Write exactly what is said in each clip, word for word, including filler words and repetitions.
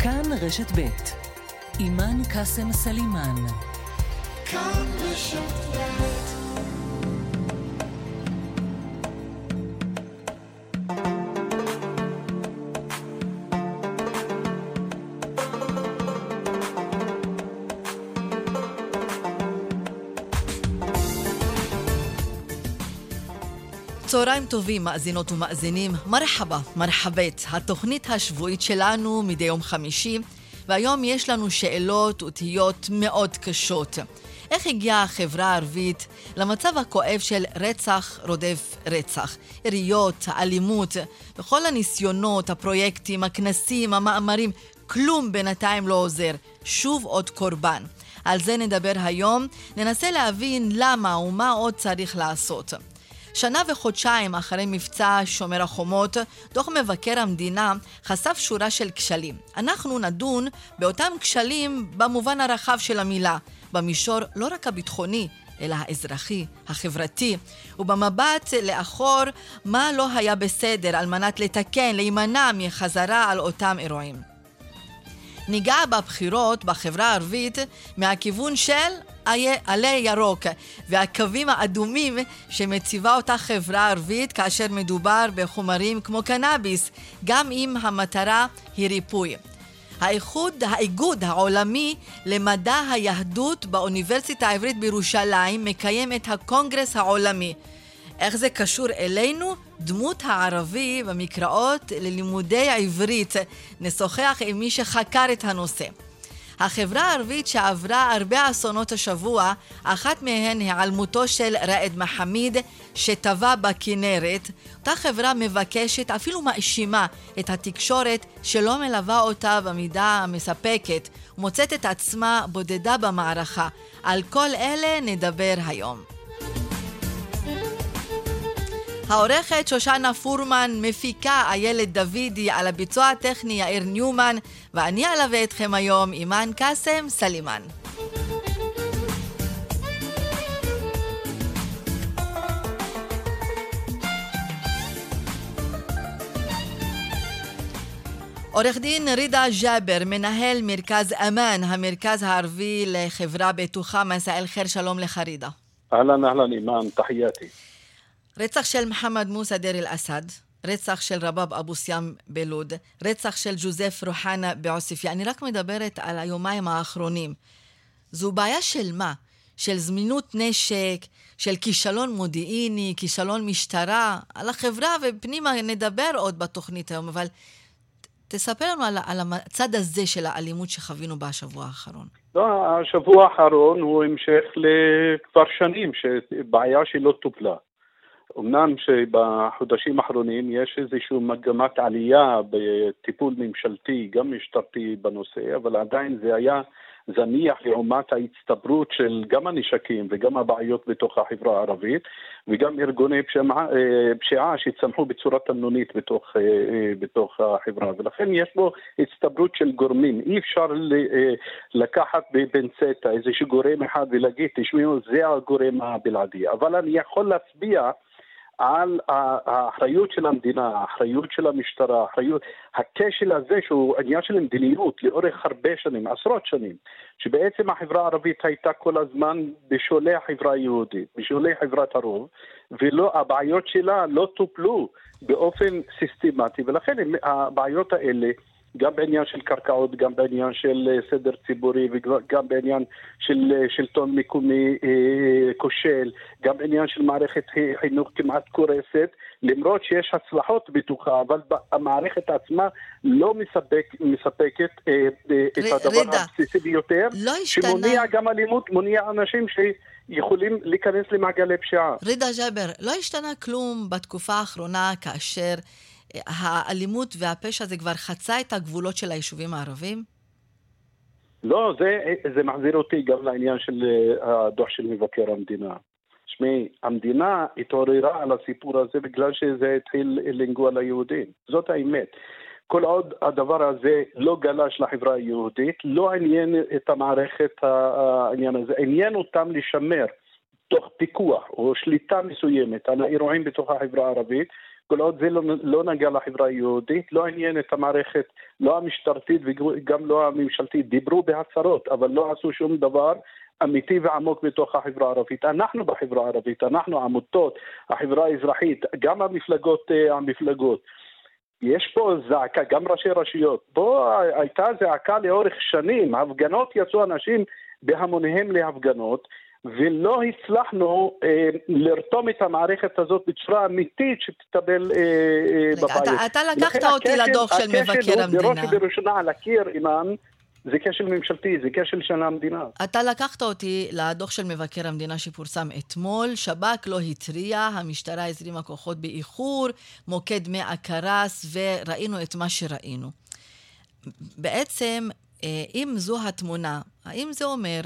כאן רשת ב' אימן קסם סלימן. כאן רשת ב'. צהריים טובים מאזינות ומאזינים, מרחבה, מרחבת, התוכנית השבועית שלנו מדי יום חמישי, והיום יש לנו שאלות ותהיות מאוד קשות. איך הגיעה החברה הערבית למצב הכואב של רצח רודף רצח? יריות, אלימות, וכל הניסיונות, הפרויקטים, הכנסים, המאמרים, כלום בינתיים לא עוזר, שוב עוד קורבן. על זה נדבר היום, ננסה להבין למה ומה עוד צריך לעשות. שנה וחודשיים אחרי מבצע שומר החומות, דוח מבקר המדינה חשף שורה של כשלים. אנחנו נדון באותם כשלים במובן הרחב של המילה, במישור לא רק הביטחוני, אלא האזרחי, החברתי, ובמבט לאחור מה לא היה בסדר על מנת לתקן, להימנע מחזרה על אותם אירועים. ניגע בבחירות בחברה הערבית מהכיוון של עלי ירוק והקווים האדומים שמציבה אותה חברה ערבית כאשר מדובר בחומרים כמו קנאביס, גם אם המטרה היא ריפוי. האיחוד, האיגוד העולמי למדע היהדות באוניברסיטה העברית בירושלים מקיים את הקונגרס העולמי. איך זה קשור אלינו? דמות הערבי במקראות ללימודי עברית. נשוחח עם מי שחקר את הנושא. החברה הערבית שעברה הרבה אסונות השבוע, אחת מהן העלמותו של ראד מחמיד שטבע בכנרת. אותה חברה מבקשת, אפילו מאשימה, את התקשורת שלא מלווה אותה במידה המספקת, ומוצאת את עצמה בודדה במערכה. על כל אלה נדבר היום. העורכת שושנה פורמן, מפיקה איילת דוידי, על הביצוע הטכני יאיר ניומן, ואני אלווה אתכם היום אימן קסם סלימן. עורך דין רידה ג'אבר, מנהל מרכז אמן, המרכז הערבי לחברה בטוחה. מסע אל חיר, שלום לך רידה. אהלן אהלן אימן, תחייתי. רצח של מוחמד מוסא דיר אל-אסד, רצח של רבאב אבו סיאם בלוד, רצח של ג'וזף רוחנה בעוספיה. אני רק מדברת על היומיים האחרונים. זו בעיה של מה? של זמינות נשק, של כישלון מודיעיני, כישלון משטרה. על החברה ופנימה נדבר עוד בתוכנית היום, אבל תספר לנו על, על הצד הזה של האלימות שחווינו בשבוע האחרון. לא, השבוע האחרון הוא המשך לכבר שנים, שבעיה שלא טופלה. אמנם שבחודשים האחרונים יש איזושהי מגמת עלייה בטיפול ממשלתי, גם משטרתי בנושא, אבל עדיין זה היה זניח לעומת ההצטברות של גם הנשקים וגם הבעיות בתוך החברה הערבית, וגם ארגוני פשיעה, פשיעה שצמחו בצורה תמנונית בתוך, בתוך החברה, ולכן יש בו הצטברות של גורמים. אי אפשר לקחת בפינצטה איזשהו גורם אחד ולהגיד, תשמעו, זה הגורם הבלעדי, אבל אני יכול להצביע על האחריות של המדינה, האחריות של המשטרה, האחריות, הכשל הזה שהוא עניין של מדיניות לאורך הרבה שנים, עשרות שנים, שבעצם החברה הערבית הייתה כל הזמן בשולי החברה היהודית, בשולי חברת הרוב, ולא, הבעיות שלה לא טופלו באופן סיסטמטי, ולכן הבעיות האלה, גם בעניין של קרקעות, גם בעניין של סדר ציבורי, וגם בעניין של שלטון מקומי אה, כושל, גם בעניין של מערכת חינוך כמעט קורסת, למרות שיש הצלחות בתוכה, אבל המערכת עצמה לא מספק, מספקת אה, אה, את הדבר רידה, הבסיסי ביותר, לא השתנה... שמוניע גם אלימות, מוניע אנשים שיכולים להיכנס למעגלי פשיעה. רידה ג'אבר, לא השתנה כלום בתקופה האחרונה כאשר האלימות והפשע זה כבר חצה את הגבולות של היישובים הערבים? לא, זה, זה מחזיר אותי גם לעניין של הדוח של מבקר המדינה. שמי, המדינה התעוררה על הסיפור הזה בגלל שזה התחיל לנגוע ליהודים. זאת האמת. כל עוד הדבר הזה לא גלש לחברה היהודית, לא עניין את המערכת העניין הזה, עניין אותם לשמר תוך פיקוח או שליטה מסוימת על האירועים בתוך החברה הערבית, כל עוד זה לא, לא נגע לחברה היהודית, לא עניין את המערכת, לא המשטרתית וגם לא הממשלתית, דיברו בהצהרות, אבל לא עשו שום דבר אמיתי ועמוק בתוך החברה הערבית. אנחנו בחברה הערבית, אנחנו עמותות, החברה האזרחית, גם המפלגות, המפלגות. יש פה זעקה, גם ראשי רשויות. פה הייתה זעקה לאורך שנים, הפגנות יצאו אנשים בהמוניהם להפגנות, ולא הצלחנו אה, לרתום את המערכת הזאת בצורה אמיתית שתטפל אה, אה, בבית. אתה, אתה לקחת אותי הקשל, לדוח של מבקר המדינה. בראש ובראשונה על הקיר, אימאן, זה כשל ממשלתי, זה כשל של המדינה. אתה לקחת אותי לדוח של מבקר המדינה שפורסם אתמול, שב"כ לא התריע, המשטרה הזרימה כוחות באיחור, מוקד מאה קרס, וראינו את מה שראינו. בעצם, אם זו התמונה, האם זה אומר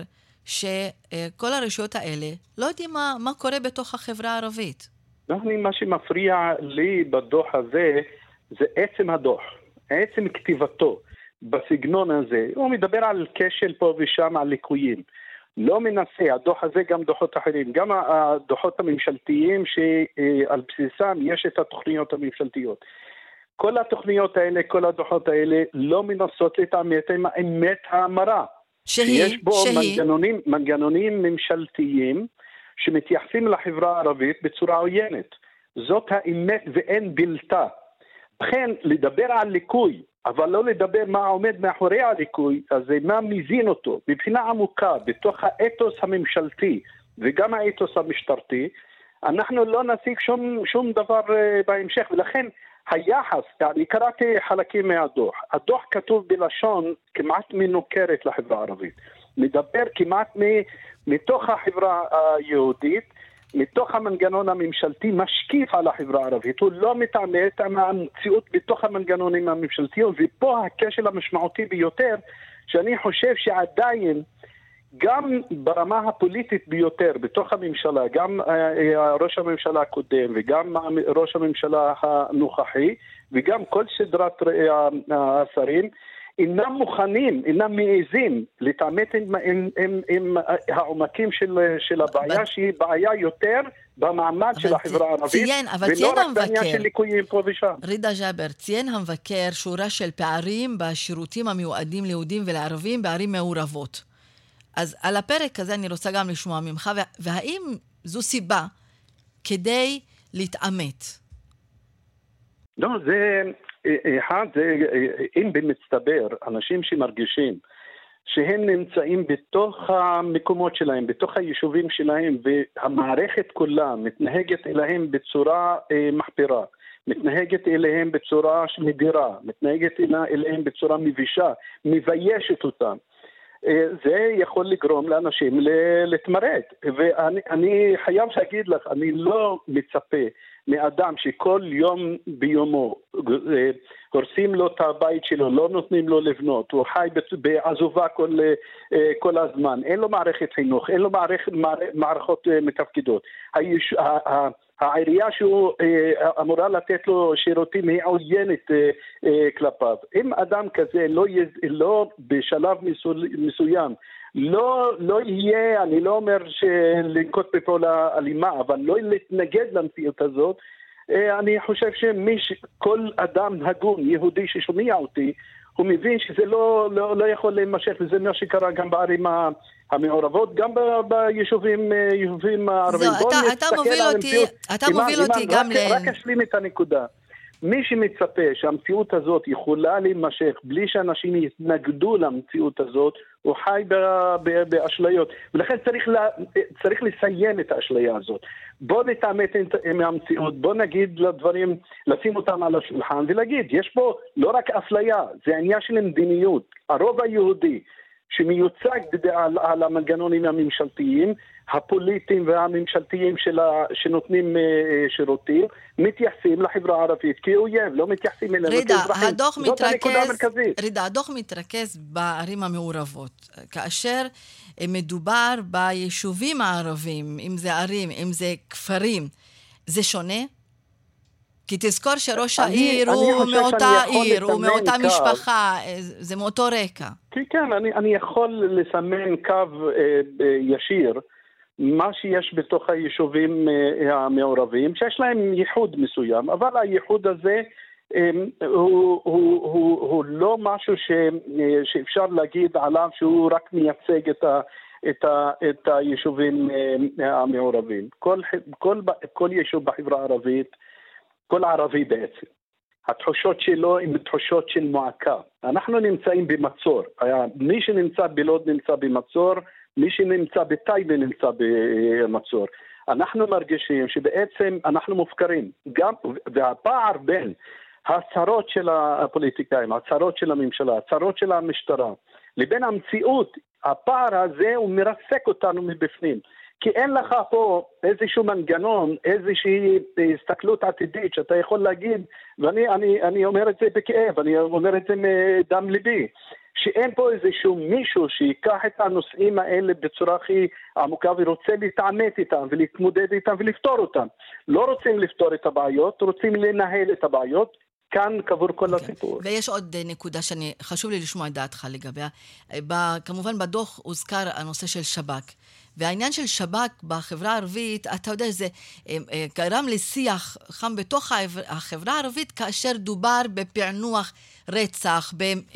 שכל הרשויות האלה לא יודעים מה, מה קורה בתוך החברה הערבית? מה שמפריע לי בדוח הזה, זה עצם הדוח, עצם כתיבתו. בסגנון הזה, הוא מדבר על כשל פה ושם, על ליקויים. לא מנסה, הדוח הזה גם דוחות אחרים, גם הדוחות הממשלתיים שעל בסיסם יש את התוכניות הממשלתיות. כל התוכניות האלה, כל הדוחות האלה לא מנסות להתעמת עם האמת המרה. שהיא, יש בו שהיא. מנגנונים, מנגנונים ממשלתיים שמתייחסים לחברה הערבית בצורה עוינת. זאת האמת ואין בלתה. לכן, לדבר על ליקוי, אבל לא לדבר מה עומד מאחורי הליקוי, אז זה מה מזין אותו. מבחינה עמוקה, בתוך האתוס הממשלתי וגם האתוס המשטרתי, אנחנו לא נשיג שום, שום דבר uh, בהמשך. ולכן היחס, אני קראתי חלקים מהדוח. הדוח כתוב בלשון כמעט מנוכרת לחברה הערבית. מדבר כמעט מ- מתוך החברה היהודית, מתוך המנגנון הממשלתי, משקיף על החברה הערבית. הוא לא מתעמת עם המציאות בתוך המנגנונים הממשלתיים, ופה הכשל המשמעותי ביותר, שאני חושב שעדיין, גם ברמה הפוליטית ביותר, בתוך הממשלה, גם ראש הממשלה הקודם, וגם ראש הממשלה הנוכחי, וגם כל סדרת השרים, אינם מוכנים, אינם מעזים להתעמת עם, עם, עם, עם העומקים של, של הבעיה, שהיא בעיה יותר במעמד של החברה הערבית, ציין, אבל ולא ציין רק המבקר, בעניין של ליקויים פה ושם. רידה ג'אבר, ציין המבקר שורה של פערים בשירותים המיועדים ליהודים ולערבים בערים מעורבות. אז על הפרק הזה אני רוצה גם לשמוע ממך, והאם זו סיבה כדי להתעמת? לא, זה... אחד, זה, אם במצטבר, אנשים שמרגישים שהם נמצאים בתוך המקומות שלהם, בתוך היישובים שלהם, והמערכת כולה מתנהגת אליהם בצורה אה, מחפירה, מתנהגת אליהם בצורה מדירה, מתנהגת אליהם בצורה מבישה, מביישת אותם. זה יכול לגרום לאנשים להתמרד. ואני אני חייב להגיד לך, אני לא מצפה מאדם שכל יום ביומו הורסים לו את הבית שלו, לא נותנים לו לבנות, הוא חי בעזובה כל, כל הזמן, אין לו מערכת חינוך, אין לו מערכת, מערכות מתפקדות. היש, העירייה שהוא אמורה לתת לו שירותים היא עוינת כלפיו. אם אדם כזה לא, לא בשלב מסוים, לא, לא יהיה, אני לא אומר לנקוט בפעולה אלימה, אבל לא להתנגד למציאות הזאת, אני חושב שכל אדם הגון, יהודי ששומע אותי, הוא מבין שזה לא, לא, לא יכול להימשך, וזה מה שקרה גם בערים המעורבות, גם ביישובים יישובים הערבים. זו, אתה, אתה מוביל אותי, אתה מוביל אותי גם ל... רק אשלים את הנקודה. מי שמצפה שהמציאות הזאת יכולה להימשך בלי שאנשים יתנגדו למציאות הזאת, הוא חי באשליות. ולכן צריך, לה, צריך לסיים את האשליה הזאת. בוא נתעמת עם המציאות, בוא נגיד לדברים, לשים אותם על השולחן ולהגיד, יש פה לא רק אפליה, זה עניין של מדיניות. הרוב היהודי שמיוצג על, על המנגנונים הממשלתיים, הפוליטיים והממשלתיים שלה, שנותנים uh, שירותים, מתייחסים לחברה הערבית כאויב, לא מתייחסים אלינו כאזרחים. הדוח מתרכז, רידה, הדוח מתרכז בערים המעורבות. כאשר מדובר ביישובים הערבים, אם זה ערים, אם זה כפרים, זה שונה? כי תזכור שראש העיר הוא מאותה עיר, הוא מאותה משפחה, זה מאותו רקע. כן, כן, אני, אני יכול לסמן קו אה, ישיר, מה שיש בתוך היישובים המעורבים, שיש להם ייחוד מסוים, אבל הייחוד הזה הוא, הוא, הוא, הוא לא משהו ש, שאפשר להגיד עליו שהוא רק מייצג את, ה, את, ה, את היישובים המעורבים. כל, כל, כל יישוב בחברה הערבית, כל ערבי בעצם, התחושות שלו הן תחושות של מועקה. אנחנו נמצאים במצור. מי שנמצא בלוד נמצא במצור, מי שנמצא בטייבה נמצא במצור. אנחנו מרגישים שבעצם אנחנו מופקרים. גם, והפער בין הצהרות של הפוליטיקאים, הצהרות של הממשלה, הצהרות של המשטרה, לבין המציאות, הפער הזה הוא מרסק אותנו מבפנים. כי אין לך פה איזשהו מנגנון, איזושהי הסתכלות עתידית שאתה יכול להגיד, ואני אני, אני אומר את זה בכאב, אני אומר את זה מדם ליבי, שאין פה איזשהו מישהו שיקח את הנושאים האלה בצורה הכי עמוקה ורוצה להתעמת איתם ולהתמודד איתם ולפתור אותם. לא רוצים לפתור את הבעיות, רוצים לנהל את הבעיות. כאן קבור כל הסיפור. ויש עוד נקודה שאני, חשוב לי לשמוע את דעתך לגביה. כמובן בדוח הוזכר הנושא של שב"כ. והעניין של שב"כ בחברה הערבית, אתה יודע, זה גרם לשיח חם בתוך החברה הערבית, כאשר דובר בפענוח רצח,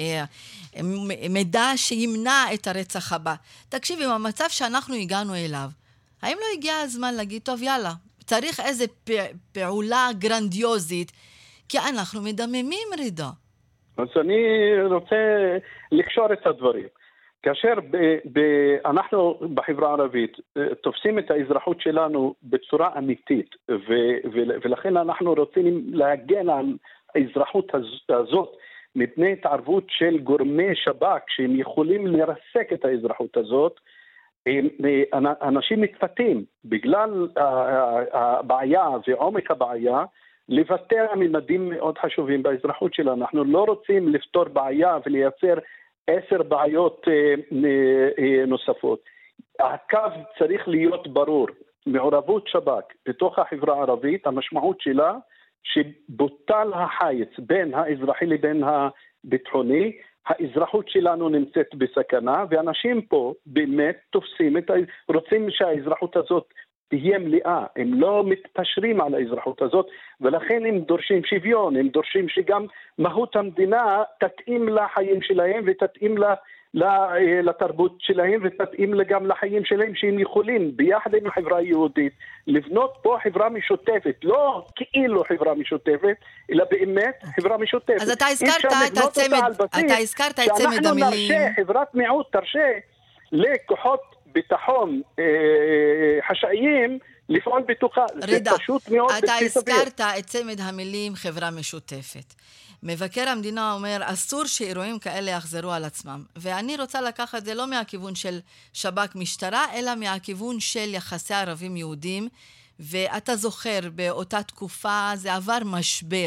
במידע שימנע את הרצח הבא. תקשיב, עם המצב שאנחנו הגענו אליו, האם לא הגיע הזמן להגיד, טוב, יאללה, צריך איזו פעולה גרנדיוזית, כי אנחנו מדממים רידה. אז אני רוצה לקשור את הדברים. כאשר ב- ב- אנחנו בחברה הערבית תופסים את האזרחות שלנו בצורה אמיתית, ו- ו- ולכן אנחנו רוצים להגן על האזרחות הזאת מפני התערבות של גורמי שב"כ שהם יכולים לרסק את האזרחות הזאת. אנשים מתפתים בגלל הבעיה ועומק הבעיה, לוותר הממדים מאוד חשובים באזרחות שלנו. אנחנו לא רוצים לפתור בעיה ולייצר עשר בעיות נוספות. הקו צריך להיות ברור. מעורבות שב"כ בתוך החברה הערבית, המשמעות שלה שבוטל החיץ בין האזרחי לבין הביטחוני, האזרחות שלנו נמצאת בסכנה, ואנשים פה באמת תופסים את ה... רוצים שהאזרחות הזאת תהיה מלאה, הם לא מתפשרים על האזרחות הזאת, ולכן הם דורשים שוויון, הם דורשים שגם מהות המדינה תתאים לחיים שלהם, ותתאים לה, לה, לתרבות שלהם, ותתאים גם לחיים שלהם, שהם יכולים ביחד עם החברה היהודית, לבנות פה חברה משותפת, לא כאילו חברה משותפת, אלא באמת חברה משותפת. אז אתה הזכרת את הצמד, אתה הזכרת את צמד המילים. שאנחנו נרשה, חברת מיעוט תרשה לכוחות ביטחון חשאיים לפעול בתוכה. רידה, זה פשוט מאוד אתה הזכרת את צמד המילים חברה משותפת. מבקר המדינה אומר, אסור שאירועים כאלה יחזרו על עצמם. ואני רוצה לקחת את זה לא מהכיוון של שב"כ משטרה, אלא מהכיוון של יחסי ערבים יהודים. ואתה זוכר, באותה תקופה זה עבר משבר.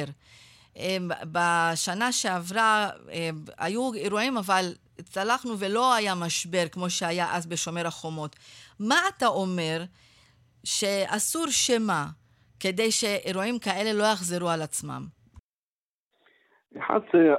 בשנה שעברה היו אירועים, אבל צלחנו ולא היה משבר כמו שהיה אז בשומר החומות. מה אתה אומר שאסור שמה כדי שאירועים כאלה לא יחזרו על עצמם? אחד,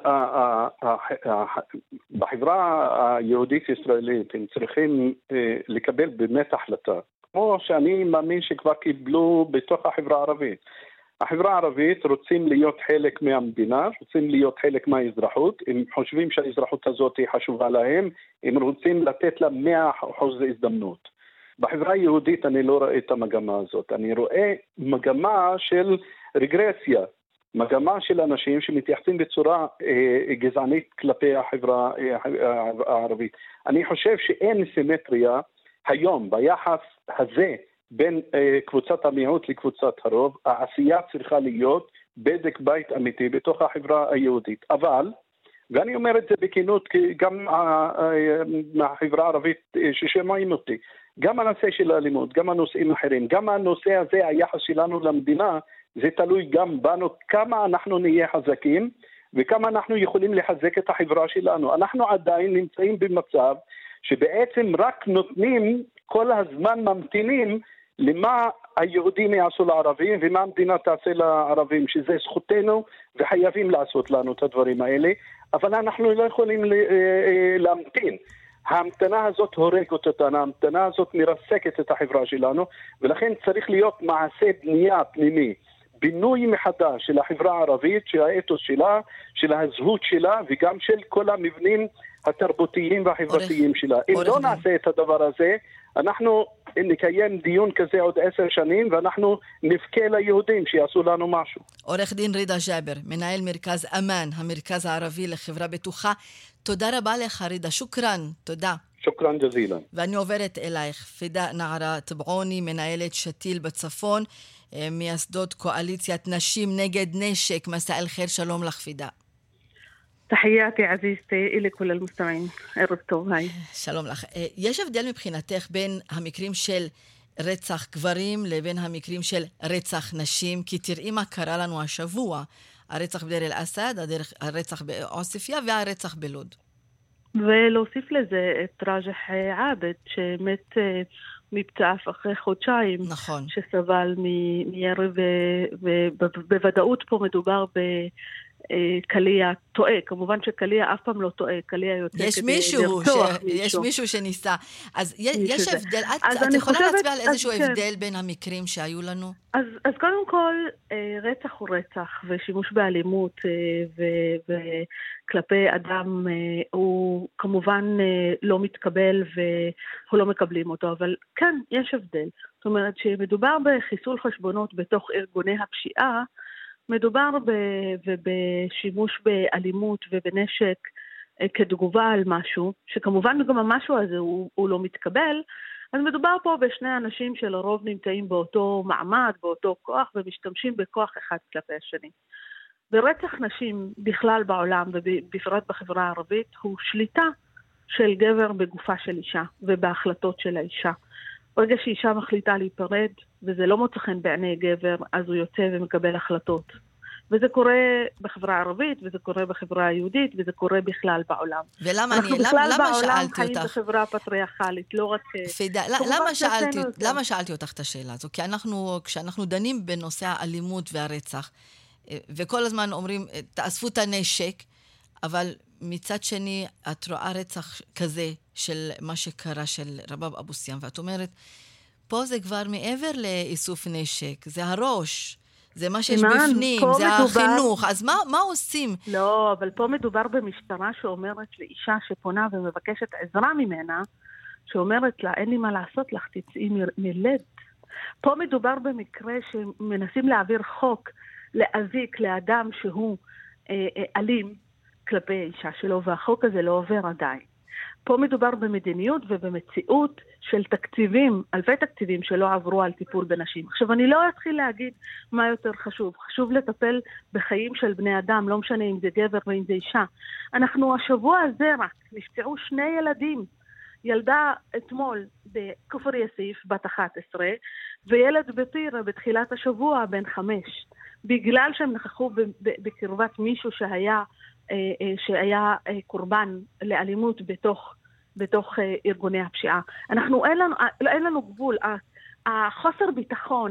בחברה היהודית-ישראלית הם צריכים לקבל באמת החלטה, כמו שאני מאמין שכבר קיבלו בתוך החברה הערבית. החברה הערבית רוצים להיות חלק מהמדינה, רוצים להיות חלק מהאזרחות, הם חושבים שהאזרחות הזאת היא חשובה להם, הם רוצים לתת לה מאה אחוז הזדמנות. בחברה היהודית אני לא רואה את המגמה הזאת, אני רואה מגמה של רגרסיה, מגמה של אנשים שמתייחסים בצורה אה, גזענית כלפי החברה אה, הערבית. אני חושב שאין סימטריה היום ביחס הזה, בין אה, קבוצת המיעוט לקבוצת הרוב. העשייה צריכה להיות בדק בית אמיתי בתוך החברה היהודית. אבל, ואני אומר את זה בכנות, כי גם מהחברה הערבית ששמעים אותי, גם הנושא של האלימות, גם הנושאים אחרים, גם הנושא הזה, היחס שלנו למדינה, זה תלוי גם בנו, כמה אנחנו נהיה חזקים, וכמה אנחנו יכולים לחזק את החברה שלנו. אנחנו עדיין נמצאים במצב שבעצם רק נותנים, כל הזמן ממתינים, למה היהודים יעשו לערבים ומה המדינה תעשה לערבים, שזה זכותנו וחייבים לעשות לנו את הדברים האלה, אבל אנחנו לא יכולים להמתין. ההמתנה הזאת הורגת אותנו, ההמתנה הזאת מרסקת את החברה שלנו, ולכן צריך להיות מעשה בנייה פנימי, בינוי מחדש של החברה הערבית, של האתוס שלה, של הזהות שלה, וגם של כל המבנים התרבותיים והחברתיים שלה. אם לא נעשה את הדבר הזה, אנחנו נקיים דיון כזה עוד עשר שנים, ואנחנו נבכה ליהודים שיעשו לנו משהו. עורך דין רידה ג'אבר, מנהל מרכז אמן, המרכז הערבי לחברה בטוחה. תודה רבה לך רידה, שוקרן, תודה. שוקרן ג'זילה. ואני עוברת אלייך, פידה נערה טבעוני, מנהלת שתיל בצפון, מייסדות קואליציית נשים נגד נשק. מסע אל חיר, שלום לך פידה. תחייתי עזיזתי, אלי כל המסתמעים, ערב טוב, היי. שלום לך. יש הבדל מבחינתך בין המקרים של רצח גברים לבין המקרים של רצח נשים? כי תראי מה קרה לנו השבוע, הרצח בדיר אל-אסד, הרצח בעוספיה והרצח בלוד. ולהוסיף לזה את ראג'ח עבד, שמת מפצעף אחרי חודשיים. נכון. שסבל מירי, ובוודאות פה מדובר ב... קליה טועה, כמובן שקליה אף פעם לא טועה, קליה יוצא יש מישהו, ש... יש מישהו שניסה. אז יש הבדל, את, את יכולה להצביע על איזשהו הבדל בין המקרים שהיו לנו? אז, אז קודם כל, רצח הוא רצח, ושימוש באלימות וכלפי אדם הוא כמובן לא מתקבל והוא לא מקבלים אותו, אבל כן, יש הבדל. זאת אומרת שמדובר בחיסול חשבונות בתוך ארגוני הפשיעה, מדובר בשימוש באלימות ובנשק כתגובה על משהו, שכמובן גם המשהו הזה הוא, הוא לא מתקבל, אז מדובר פה בשני אנשים שלרוב נמצאים באותו מעמד, באותו כוח, ומשתמשים בכוח אחד כלפי השני. ברצח נשים בכלל בעולם, ובפרט בחברה הערבית, הוא שליטה של גבר בגופה של אישה, ובהחלטות של האישה. ברגע שאישה מחליטה להיפרד, וזה לא מוצא חן בעיני גבר, אז הוא יוצא ומקבל החלטות. וזה קורה בחברה הערבית, וזה קורה בחברה היהודית, וזה קורה בכלל בעולם. ולמה אני, למה, למה שאלתי אותך? אנחנו בכלל בעולם חיים בחברה פטריארכלית, לא רק... פידה, למה שאלתי, למה שאלתי אותך את השאלה הזו? כי אנחנו, כשאנחנו דנים בנושא האלימות והרצח, וכל הזמן אומרים, תאספו את הנשק, אבל מצד שני, את רואה רצח כזה של מה שקרה של רבאב אבו סיאם, ואת אומרת, פה זה כבר מעבר לאיסוף נשק, זה הראש, זה מה שיש בפנים, זה מדובר... החינוך, אז מה, מה עושים? לא, אבל פה מדובר במשטרה שאומרת לאישה שפונה ומבקשת עזרה ממנה, שאומרת לה, אין לי מה לעשות לך, תצאי מלד. פה מדובר במקרה שמנסים להעביר חוק להזיק לאדם שהוא אה, אה, אלים, כלפי האישה שלו, והחוק הזה לא עובר עדיין. פה מדובר במדיניות ובמציאות של תקציבים, אלפי תקציבים שלא עברו על טיפול בנשים. עכשיו, אני לא אתחיל להגיד מה יותר חשוב. חשוב לטפל בחיים של בני אדם, לא משנה אם זה גבר ואם זה אישה. אנחנו השבוע הזה רק נפצעו שני ילדים. ילדה אתמול בכפר יאסיף, בת אחת עשרה, וילד בטירה בתחילת השבוע, בן חמש. בגלל שהם נכחו בקרבת מישהו שהיה שהיה קורבן לאלימות בתוך, בתוך ארגוני הפשיעה. אנחנו, אין לנו, אין לנו גבול. החוסר ביטחון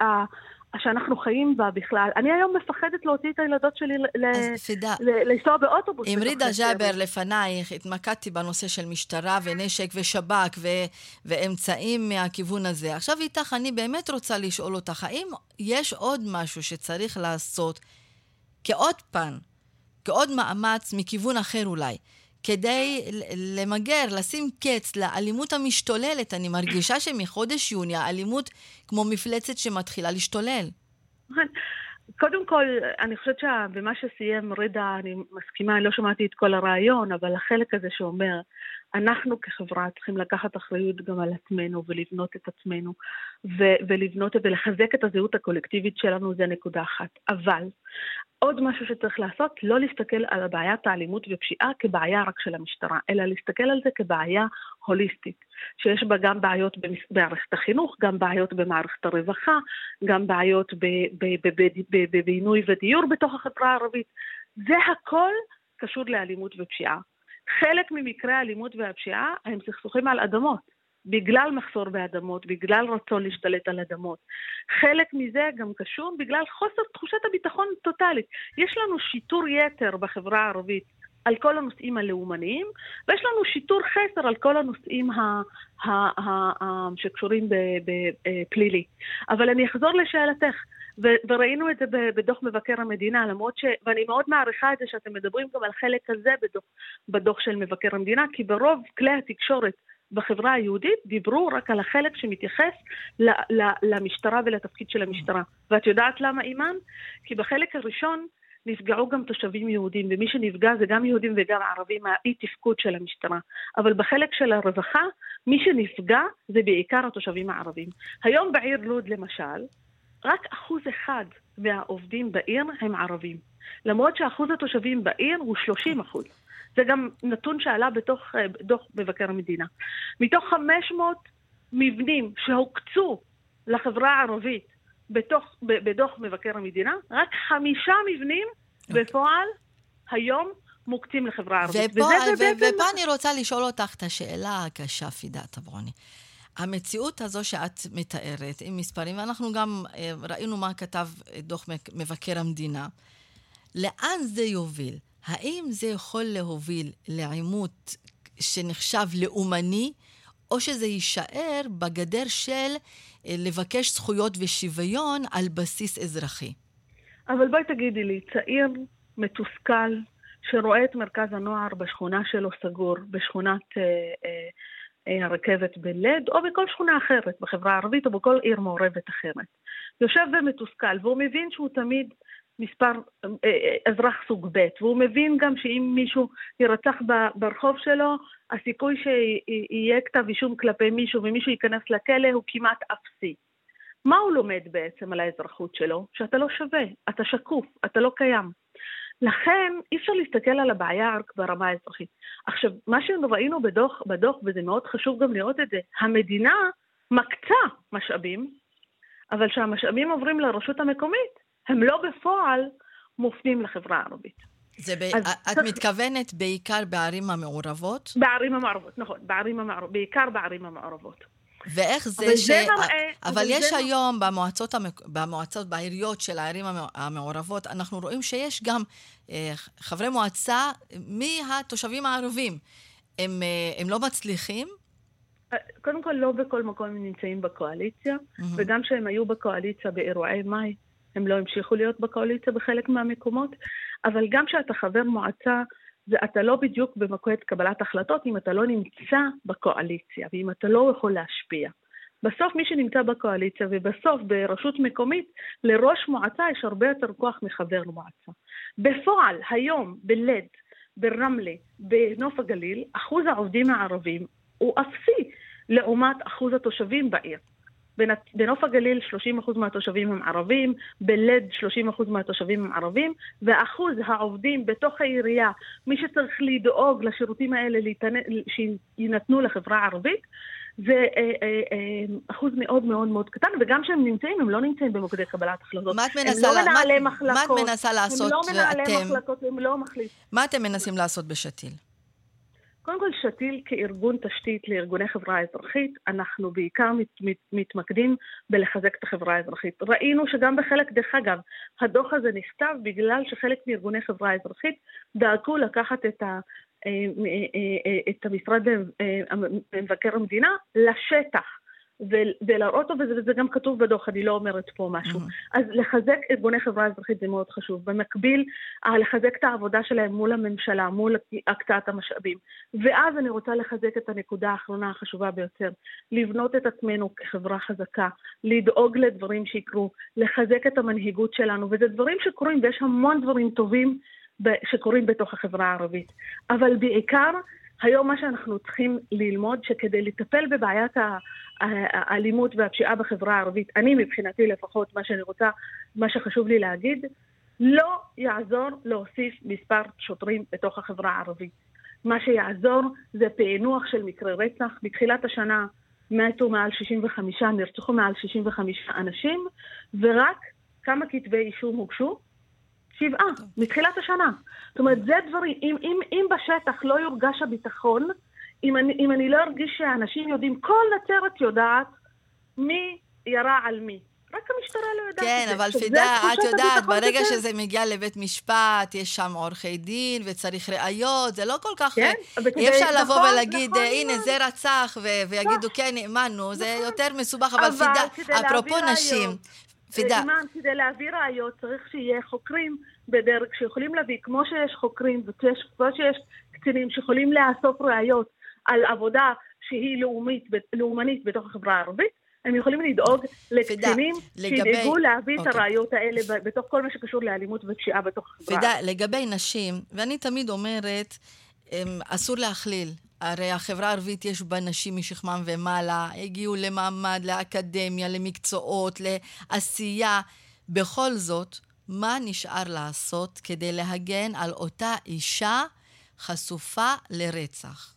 שאנחנו חיים בה בכלל. אני היום מפחדת להוציא את הילדות שלי לנסוע באוטובוס. עם רידה ג'אבר לפנייך, התמקדתי בנושא של משטרה ונשק ושב"כ ואמצעים מהכיוון הזה. עכשיו איתך אני באמת רוצה לשאול אותך, האם יש עוד משהו שצריך לעשות כעוד פן, כעוד מאמץ מכיוון אחר אולי, כדי למגר, לשים קץ לאלימות המשתוללת? אני מרגישה שמחודש יוני האלימות כמו מפלצת שמתחילה להשתולל. קודם כל, אני חושבת שבמה שסיים רידה, אני מסכימה, אני לא שמעתי את כל הרעיון, אבל החלק הזה שאומר, אנחנו כחברה צריכים לקחת אחריות גם על עצמנו ולבנות את עצמנו, ו- ולבנות ולחזק את הזהות הקולקטיבית שלנו, זה נקודה אחת. אבל עוד משהו שצריך לעשות, לא להסתכל על בעיית האלימות ופשיעה כבעיה רק של המשטרה, אלא להסתכל על זה כבעיה הוליסטית, שיש בה גם בעיות במערכת החינוך, גם בעיות במערכת הרווחה, גם בעיות בבינוי ודיור בתוך החברה הערבית. זה הכל קשור לאלימות ופשיעה. חלק ממקרי האלימות והפשיעה הם סכסוכים על אדמות, בגלל מחסור באדמות, בגלל רצון להשתלט על אדמות. חלק מזה גם קשור בגלל חוסר תחושת הביטחון טוטלית. יש לנו שיטור יתר בחברה הערבית על כל הנושאים הלאומניים, ויש לנו שיטור חסר על כל הנושאים ה- ה- ה- ה- שקשורים בפלילי. אבל אני אחזור לשאלתך, ו- וראינו את זה בדוח מבקר המדינה, למרות ש... ואני מאוד מעריכה את זה שאתם מדברים גם על חלק הזה בדוח, בדוח של מבקר המדינה, כי ברוב כלי התקשורת בחברה היהודית דיברו רק על החלק שמתייחס ל- ל- למשטרה ולתפקיד של המשטרה. ואת יודעת למה, אימן? כי בחלק הראשון נפגעו גם תושבים יהודים, ומי שנפגע זה גם יהודים וגם ערבים, האי תפקוד של המשטרה. אבל בחלק של הרווחה, מי שנפגע זה בעיקר התושבים הערבים. היום בעיר לוד למשל, רק אחוז אחד מהעובדים בעיר הם ערבים. למרות שאחוז התושבים בעיר הוא שלושים אחוז. זה גם נתון שעלה בתוך דוח מבקר המדינה. מתוך חמש מאות מבנים שהוקצו לחברה הערבית בתוך, בדוח מבקר המדינה, רק חמישה מבנים בפועל היום מוקצים לחברה הערבית. ופה, וזה, ופה ופה אני רוצה לשאול אותך את השאלה הקשה, פידה טברוני. המציאות הזו שאת מתארת עם מספרים, ואנחנו גם ראינו מה כתב דוח מבקר המדינה, לאן זה יוביל? האם זה יכול להוביל לעימות שנחשב לאומני, או שזה יישאר בגדר של לבקש זכויות ושוויון על בסיס אזרחי? אבל בואי תגידי לי, צעיר מתוסכל שרואה את מרכז הנוער בשכונה שלו סגור, בשכונת אה, אה, הרכבת בלד, או בכל שכונה אחרת, בחברה הערבית או בכל עיר מעורבת אחרת. יושב ומתוסכל, והוא מבין שהוא תמיד מספר אזרח סוג ב', והוא מבין גם שאם מישהו ירצח ברחוב שלו, הסיכוי שיהיה כתב אישום כלפי מישהו ומישהו ייכנס לכלא הוא כמעט אפסי. מה הוא לומד בעצם על האזרחות שלו? שאתה לא שווה, אתה שקוף, אתה לא קיים. לכן אי אפשר להסתכל על הבעיה רק ברמה האזרחית. עכשיו, מה שראינו בדוח, בדוח, וזה מאוד חשוב גם לראות את זה, המדינה מקצה משאבים, אבל שהמשאבים עוברים לרשות המקומית, הם לא בפועל מופנים לחברה הערבית. זה ב... את צריך... מתכוונת בעיקר בערים המעורבות? בערים המעורבות, נכון, בערים המעורבות, בעיקר בערים המעורבות. ואיך זה אבל ש... זה מראה, אבל, אבל יש זה... היום במועצות, המק... במועצות, בעיריות של הערים המעורבות, אנחנו רואים שיש גם אה, חברי מועצה מהתושבים הערבים. הם, אה, הם לא מצליחים? קודם כל, לא בכל מקום הם נמצאים בקואליציה, mm-hmm. וגם שהם היו בקואליציה באירועי מאי, הם לא המשיכו להיות בקואליציה בחלק מהמקומות, אבל גם שאתה חבר מועצה, זה, אתה לא בדיוק במקום קבלת החלטות אם אתה לא נמצא בקואליציה, ואם אתה לא יכול להשפיע. בסוף מי שנמצא בקואליציה, ובסוף ברשות מקומית, לראש מועצה יש הרבה יותר כוח מחבר מועצה. בפועל, היום, בלד, ברמלה, בנוף הגליל, אחוז העובדים הערבים הוא אפסי לעומת אחוז התושבים בעיר. בנוף הגליל שלושים אחוז מהתושבים הם ערבים, בלד שלושים אחוז מהתושבים הם ערבים, ואחוז העובדים בתוך העירייה, מי שצריך לדאוג לשירותים האלה שינתנו לחברה הערבית, זה אחוז מאוד מאוד מאוד קטן, וגם שהם נמצאים, הם לא נמצאים במוקדי קבלת החלטות. מה את מנסה, הם לא מנהלי מה, מחלקות, מה את מנסה לעשות? הם לא מנהלי אתם, מחלקות, הם לא מחליט. מה אתם מנסים לעשות בשתיל? קודם כל, שתיל כארגון תשתית לארגוני חברה האזרחית, אנחנו בעיקר מת, מת, מתמקדים בלחזק את החברה האזרחית. ראינו שגם בחלק, דרך אגב, הדוח הזה נכתב בגלל שחלק מארגוני חברה האזרחית דאגו לקחת את, ה, את המשרד במבקר המדינה לשטח, ולהראות אותו, וזה גם כתוב בדוח, אני לא אומרת פה משהו. אז לחזק ארגוני חברה אזרחית זה מאוד חשוב. במקביל, לחזק את העבודה שלהם מול הממשלה, מול הקצאת המשאבים. ואז אני רוצה לחזק את הנקודה האחרונה החשובה ביותר, לבנות את עצמנו כחברה חזקה, לדאוג לדברים שיקרו, לחזק את המנהיגות שלנו, וזה דברים שקורים, ויש המון דברים טובים שקורים בתוך החברה הערבית. אבל בעיקר, היום מה שאנחנו צריכים ללמוד, שכדי לטפל בבעיית האלימות והפשיעה בחברה הערבית, אני מבחינתי לפחות, מה שאני רוצה, מה שחשוב לי להגיד, לא יעזור להוסיף מספר שוטרים בתוך החברה הערבית. מה שיעזור זה פענוח של מקרי רצח. בתחילת השנה מתו מעל שישים וחמישה, נרצחו מעל שישים וחמישה אנשים, ורק כמה כתבי אישום הוגשו? שבעה, מתחילת השנה. זאת אומרת, זה דברים, אם, אם, אם בשטח לא יורגש הביטחון, אם אני, אם אני לא ארגיש שאנשים יודעים, כל נצרת יודעת מי ירה על מי. רק המשטרה לא יודעת כן, את זה. אבל עכשיו, פידה, זה את תחושת יודעת, הביטחון ברגע שזה- שזה מגיע לבית משפט, יש שם עורכי דין וצריך ראיות, זה לא כל כך... כן, וכדי- אי אפשר לבוא נכון, ולהגיד, נכון, הנה, נכון. זה רצח, ו- ויגידו, כן, האמנו, זה נכון. יותר מסובך, אבל אבל פידה, כדי אפרופו להביא נשים, ראיות, פידה, אימאן, כדי להביא ראיות צריך שיהיה חוקרים בדרך שיכולים להביא, כמו שיש חוקרים וכמו שיש קצינים שיכולים לאסוף ראיות על עבודה שהיא לאומית, לאומנית בתוך החברה הערבית, הם יכולים לדאוג לקצינים לגבי- שידאגו להביא את אוקיי. הראיות האלה ב- בתוך כל מה שקשור לאלימות ופשיעה בתוך החברה פידה, הערבית. לגבי נשים, ואני תמיד אומרת, אמ, אסור להכליל. הרי החברה הערבית יש בה נשים משכמם ומעלה, הגיעו למעמד, לאקדמיה, למקצועות, לעשייה. בכל זאת, מה נשאר לעשות כדי להגן על אותה אישה חשופה לרצח?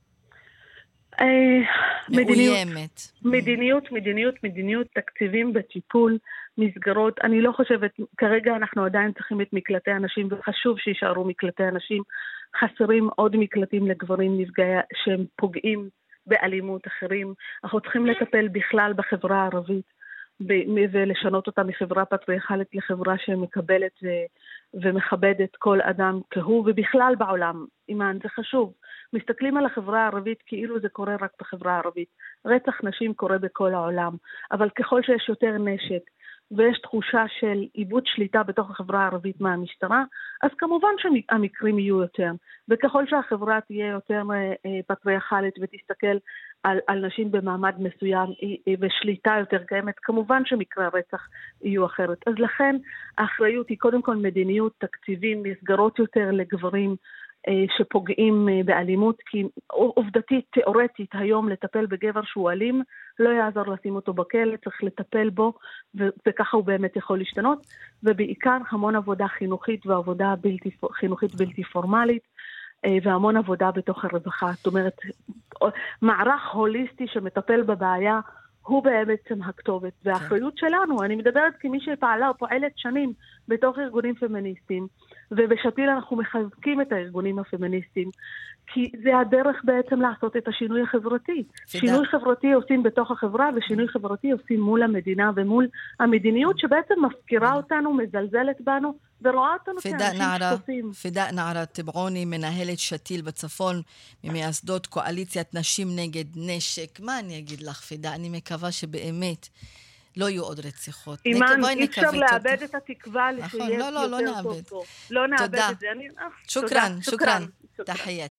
אה, מדיניות. מאוימת. מדיניות, מדיניות, מדיניות, תקציבים בטיפול, מסגרות. אני לא חושבת, כרגע אנחנו עדיין צריכים את מקלטי הנשים, וחשוב שישארו מקלטי הנשים. חסרים עוד מקלטים לגברים נפגעי שהם פוגעים באלימות אחרים. אנחנו צריכים לטפל בכלל בחברה הערבית, ב- ולשנות אותה מחברה פטריארכלית לחברה שמקבלת ו- ומכבדת כל אדם כהוא, ובכלל בעולם. אימאן, זה חשוב. מסתכלים על החברה הערבית כאילו זה קורה רק בחברה הערבית. רצח נשים קורה בכל העולם, אבל ככל שיש יותר נשק, ויש תחושה של איבוד שליטה בתוך החברה הערבית מהמשטרה, אז כמובן שהמקרים יהיו יותר. וככל שהחברה תהיה יותר פטריארכלית ותסתכל על, על נשים במעמד מסוים ושליטה יותר קיימת, כמובן שמקרי הרצח יהיו אחרת. אז לכן האחריות היא קודם כל מדיניות, תקציבים, מסגרות יותר לגברים שפוגעים באלימות, כי עובדתית, תיאורטית, היום לטפל בגבר שהוא אלים, לא יעזור לשים אותו בכלא, צריך לטפל בו, וככה הוא באמת יכול להשתנות, ובעיקר המון עבודה חינוכית ועבודה בלתי, חינוכית בלתי פורמלית, והמון עבודה בתוך הרווחה. זאת אומרת, מערך הוליסטי שמטפל בבעיה, הוא בעצם הכתובת. והאחריות שלנו, אני מדברת כמי שפעלה או פועלת שנים בתוך ארגונים פמיניסטיים, ובשפיל אנחנו מחזקים את הארגונים הפמיניסטיים, כי זה הדרך בעצם לעשות את השינוי החברתי. פידה. שינוי חברתי עושים בתוך החברה, ושינוי חברתי עושים מול המדינה ומול המדיניות שבעצם מפקירה אותנו, מזלזלת בנו, ורואה אותנו כאנשים שקופים. פידה נערה טבעוני, מנהלת שתיל בצפון, ממייסדות קואליציית נשים נגד נשק. מה אני אגיד לך, פידה? אני מקווה שבאמת לא יהיו עוד רציחות. אימאן, אי אפשר לאבד את התקווה לשיהיה נכון, לא, לא, לא יותר נאבד. טוב. לא נאבד תודה. את זה. אני- אה, שוקרן, תודה, שוקרן. שוקרן. תחיית.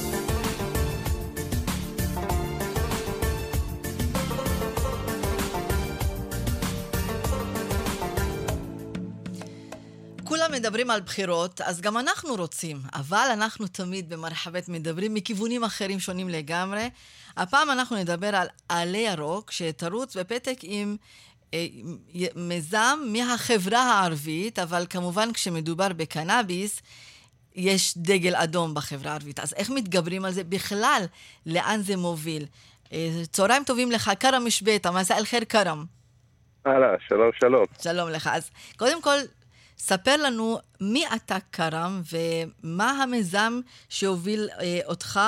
כולם מדברים על בחירות, אז גם אנחנו רוצים, אבל אנחנו תמיד במרחבת מדברים מכיוונים אחרים שונים לגמרי. הפעם אנחנו נדבר על עלה ירוק, שתרוץ בפתק עם אה, מיזם מהחברה הערבית, אבל כמובן כשמדובר בקנאביס, יש דגל אדום בחברה הערבית. אז איך מתגברים על זה? בכלל, לאן זה מוביל? אה, צהריים טובים לך, קרם משבטה, מסע אל חיר קרם. הלאה, שלום, שלום. שלום לך. אז קודם כל, ספר לנו מי אתה קרם ומה המיזם שהוביל אה, אותך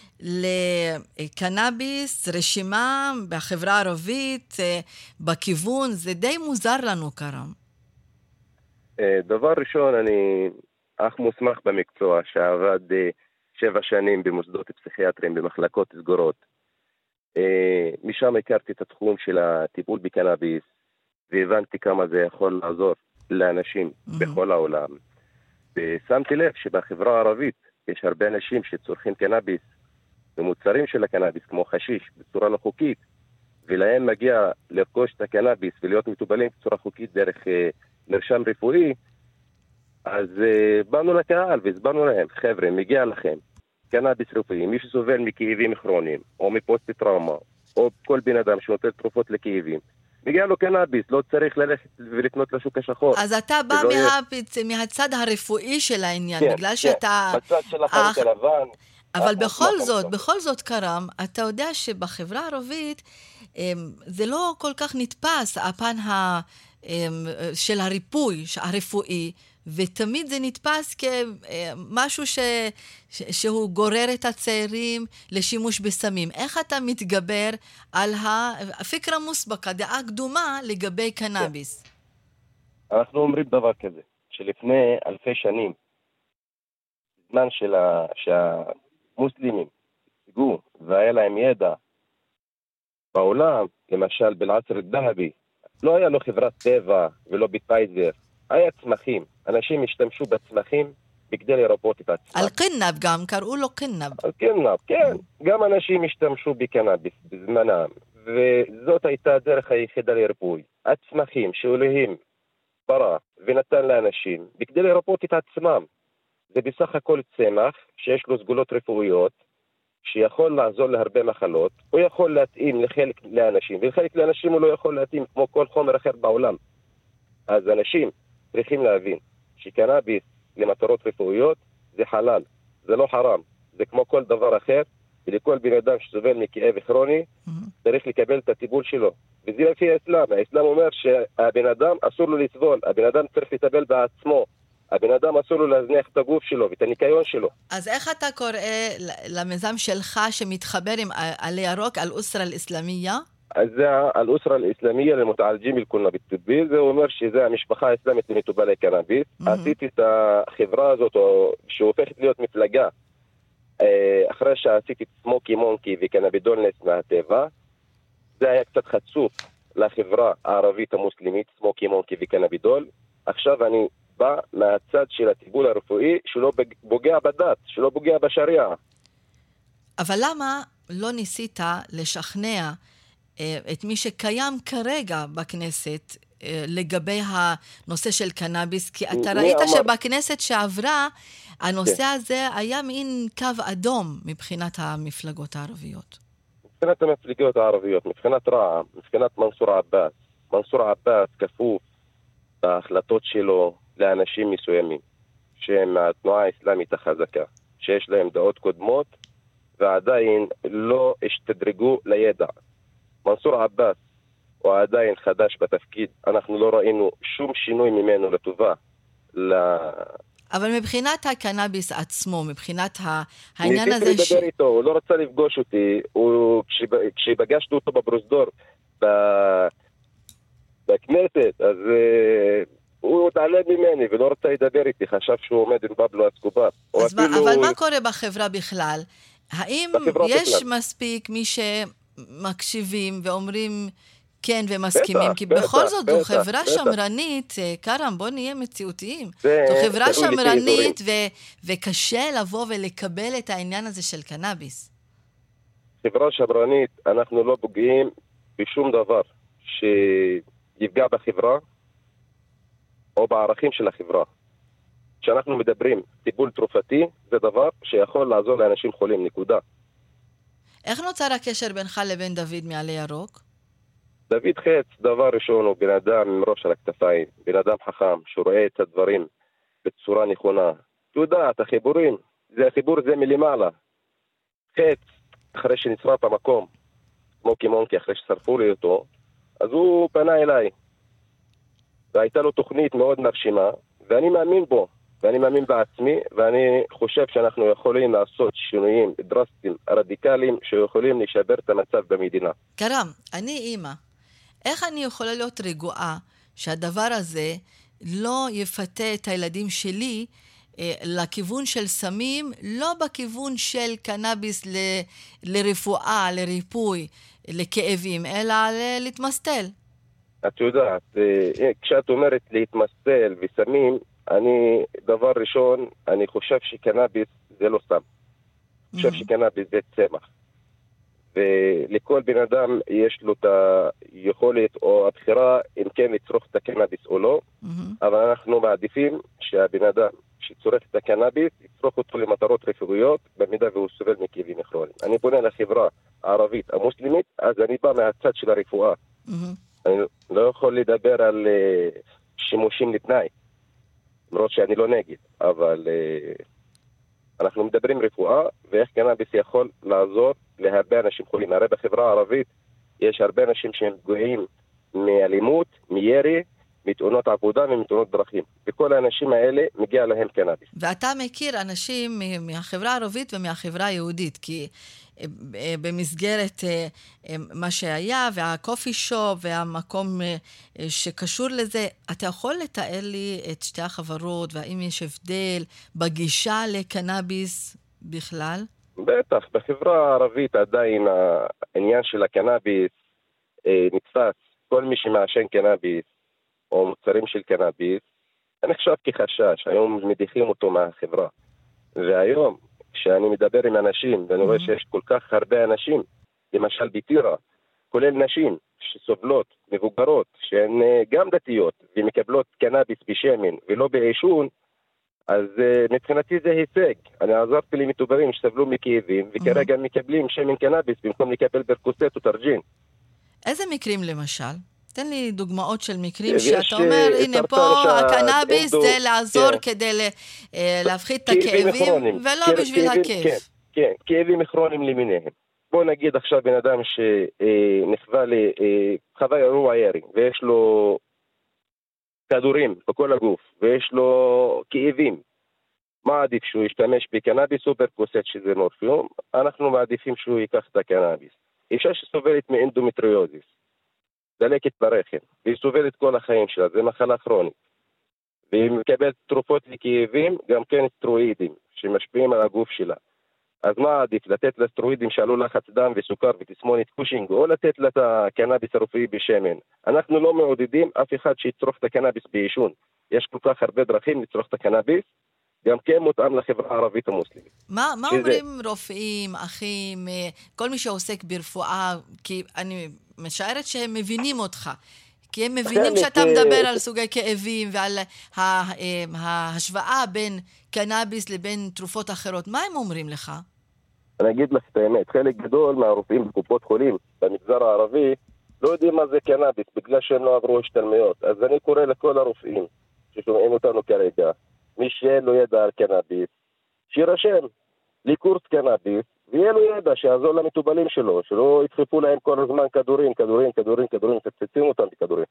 לקנאביס, רשימה בחברה הערבית, אה, בכיוון, זה די מוזר לנו קרם. אה, דבר ראשון, אני אח מוסמך במקצוע שעבד אה, שבע שנים במוסדות פסיכיאטריים במחלקות סגורות. אה, משם הכרתי את התחום של הטיפול בקנאביס, והבנתי כמה זה יכול לעזור לאנשים mm-hmm. בכל העולם. ושמתי לב שבחברה הערבית יש הרבה אנשים שצורכים קנאביס ומוצרים של הקנאביס כמו חשיש בצורה לא חוקית, ולהם מגיע לרכוש את הקנאביס ולהיות מטובלים בצורה חוקית דרך אה, מרשם רפואי. אז אה, באנו לקהל והסברנו להם, חבר'ה, מגיע לכם קנאביס רפואי, מי שסובל מכאבים כרוניים או מפוסט-טראומה או כל בן אדם שנותן תרופות לכאבים, מגיע לו קנאביס, לא צריך ללכת ולקנות לשוק השחור. אז אתה בא מהפצ... מהצד הרפואי של העניין, כן, בגלל כן. שאתה... בצד של החלוק הלבן. אבל בכל זאת, בכל זאת קרם, אתה יודע שבחברה הערבית זה לא כל כך נתפס הפן ה... של הריפוי הרפואי, ותמיד זה נתפס כמשהו ש, ש, שהוא גורר את הצעירים לשימוש בסמים. איך אתה מתגבר על הפיקרה מוסבקה, דעה קדומה לגבי קנאביס? אנחנו אומרים דבר כזה, שלפני אלפי שנים, זמן שלה, שהמוסלמים השיגו והיה להם ידע בעולם, למשל בלעצר הדהבי, לא היה לו חברת טבע ולא בפייזר, היה צמחים. אנשים השתמשו בצמחים בכדי לרפות את עצמם. על קנאב גם, קראו לו קנאב. על קנאב, כן. גם אנשים השתמשו בקנאביס בזמנם, וזאת הייתה הדרך היחידה לריפוי. הצמחים שאלוהים ברא ונתן לאנשים בכדי לרפות את עצמם. זה בסך הכל צמח שיש לו סגולות רפואיות, שיכול לעזור להרבה מחלות, הוא יכול להתאים לחלק לאנשים, ולחלק לאנשים הוא לא יכול להתאים כמו כל חומר אחר בעולם. אז אנשים צריכים להבין שקנאביס למטרות רפואיות זה חלל, זה לא חרם, זה כמו כל דבר אחר, ולכל בן אדם שסובל מכאב כרוני, צריך לקבל את הטיפול שלו. וזה לפי האסלאם, האסלאם אומר שהבן אדם אסור לו לסבול, הבן אדם צריך לטפל בעצמו, הבן אדם אסור לו להזניח את הגוף שלו ואת הניקיון שלו. אז איך אתה קורא למיזם שלך שמתחבר עם עלי ירוק, אל-אוסרה אל-אסלאמיה? אז זה אל-אוסרה אל-אסלאמיה למתעלג'ים אל-קולנה בטבי, זה אומר שזה המשפחה האסלאמית למטובלי קנאביס. עשיתי את החברה הזאת, שהופכת להיות מפלגה, אחרי שעשיתי את סמוקי מונקי וקנאבידולנס מהטבע. זה היה קצת חצוף לחברה הערבית המוסלמית, סמוקי מונקי וקנאבידול. עכשיו אני בא מהצד של הטיפול הרפואי שלא פוגע בדת, שלא פוגע בשריעה. אבל למה לא ניסית לשכנע את מי שקיים כרגע בכנסת לגבי הנושא של קנאביס? כי אתה ראית אמר... שבכנסת שעברה הנושא הזה היה מין קו אדום מבחינת המפלגות הערביות. מבחינת המפלגות הערביות, מבחינת רע"מ, מבחינת מנסור עבאס. מנסור עבאס כפוף בהחלטות שלו לאנשים מסוימים שהם מהתנועה האסלאמית החזקה, שיש להם דעות קודמות ועדיין לא השתדרגו לידע. מנסור עבאס הוא עדיין חדש בתפקיד, אנחנו לא ראינו שום שינוי ממנו לטובה. ל... אבל מבחינת הקנאביס עצמו, מבחינת העניין הזה... ניסיתי לדבר איתו, הוא לא רצה לפגוש אותי, הוא... כשפגשנו אותו בפרוזדור ב... בכנסת, אז... הוא התעלם ממני ולא רוצה לדבר איתי, חשב שהוא עומד עם פבלו אסקובר. אבל מה קורה בחברה בכלל? האם יש מספיק מי שמקשיבים ואומרים כן ומסכימים? כי בכל זאת זו חברה שמרנית, קרם, בוא נהיה מציאותיים. זו חברה שמרנית וקשה לבוא ולקבל את העניין הזה של קנאביס. חברה שמרנית, אנחנו לא פוגעים בשום דבר שיפגע בחברה, או בערכים של החברה. כשאנחנו מדברים טיפול תרופתי, זה דבר שיכול לעזור לאנשים חולים, נקודה. איך נוצר הקשר בינך לבין דוד מעלי ירוק? דוד חץ, דבר ראשון, הוא בן אדם עם ראש על הכתפיים, בן אדם חכם, שרואה את הדברים בצורה נכונה. אתה יודע, את החיבורים, זה החיבור זה מלמעלה. חץ, אחרי שנשרף המקום, סמוקי מונקי, אחרי ששרפו לי אותו, אז הוא פנה אליי. והייתה לו תוכנית מאוד מרשימה, ואני מאמין בו, ואני מאמין בעצמי, ואני חושב שאנחנו יכולים לעשות שינויים דרסטיים, רדיקליים, שיכולים לשבר את המצב במדינה. קרם, אני אימא. איך אני יכולה להיות רגועה שהדבר הזה לא יפתה את הילדים שלי אה, לכיוון של סמים, לא בכיוון של קנאביס ל, לרפואה, לריפוי, לכאבים, אלא להתמסטל? את יודעת, כשאת אומרת להתמסטל וסמים, אני, דבר ראשון, אני חושב שקנאביס זה לא סם. אני חושב שקנאביס זה צמח. ולכל בן אדם יש לו את היכולת או הבחירה אם כן לצרוך את הקנאביס או לא, אבל אנחנו מעדיפים שהבן אדם שצורך את הקנאביס יצרוך אותו למטרות רפואיות במידה והוא סובל מכאבים כרוניים. אני פונה לחברה הערבית המוסלמית, אז אני בא מהצד של הרפואה. אני לא יכול לדבר על uh, שימושים לתנאי, למרות שאני לא נגד, אבל uh, אנחנו מדברים רפואה, ואיך קנאביס יכול לעזור להרבה אנשים חולים. הרי בחברה הערבית יש הרבה אנשים שהם פגועים מאלימות, מירי, מתאונות עבודה ומתאונות דרכים. וכל האנשים האלה מגיע להם קנאביס. ואתה מכיר אנשים מהחברה הערבית ומהחברה היהודית, כי במסגרת מה שהיה, והקופי שופ והמקום שקשור לזה, אתה יכול לתאר לי את שתי החברות, והאם יש הבדל בגישה לקנאביס בכלל? בטח, בחברה הערבית עדיין העניין של הקנאביס נתפס. כל מי שמעשן קנאביס או מוצרים של קנאביס, נחשב כחשש, היום מדיחים אותו מהחברה. והיום, כשאני מדבר עם אנשים, ואני רואה שיש כל כך הרבה אנשים, למשל בטירה, כולל נשים שסובלות, מבוגרות, שהן גם דתיות, ומקבלות קנאביס בשמן ולא בעישון, אז מבחינתי זה הישג. אני עזרתי לי מטוברים שסבלו מכאבים, וכרגע מקבלים שמן קנאביס במקום לקבל פרקוסט או תרג'ין. איזה מקרים למשל? תן לי דוגמאות של מקרים שאתה אומר, הנה פה הקנאביס זה לעזור כדי להפחית את הכאבים, ולא בשביל הכיף. כן, כאבים כרוניים למיניהם. בוא נגיד עכשיו בן אדם שנחווה לחווה אירוע ירי, ויש לו כדורים בכל הגוף, ויש לו כאבים. מה עדיף שהוא ישתמש בקנאביס או פרקוסט שזה מורפיום? אנחנו מעדיפים שהוא ייקח את הקנאביס. אישה שסובלת מאנדומטריוזיס, דלקת ברחם, והיא סובלת כל החיים שלה, זה מחלה כרונית. והיא מקבלת תרופות לכאבים, גם כן סטרואידים, שמשפיעים על הגוף שלה. אז מה עדיף? לתת לה סטרואידים שעלו לחץ דם וסוכר ותסמונת קושינג, או לתת לה את הקנאביס הרפואי בשמן. אנחנו לא מעודדים אף אחד שיצרוך את הקנאביס בעישון. יש כל כך הרבה דרכים לצרוך את הקנאביס, גם כן מותאם לחברה הערבית המוסלמית. מה, מה אומרים רופאים, אחים, כל מי שעוסק ברפואה, כי אני משערת שהם מבינים אותך, כי הם מבינים שאתה מדבר על סוגי כאבים ועל ההשוואה בין קנאביס לבין תרופות אחרות. מה הם אומרים לך? אני אגיד לך את האמת, חלק גדול מהרופאים בקופות חולים במגזר הערבי לא יודעים מה זה קנאביס, בגלל שהם לא עברו השתלמויות. אז אני קורא לכל הרופאים ששומעים אותנו כרגע, מי שאין לו ידע על קנאביס, שירשם לקורס קנאביס, ויהיה לו ידע שיעזור למטובלים שלו, שלא ידחפו להם כל הזמן כדורים, כדורים, כדורים, כדורים, תצצים אותם בכדורים.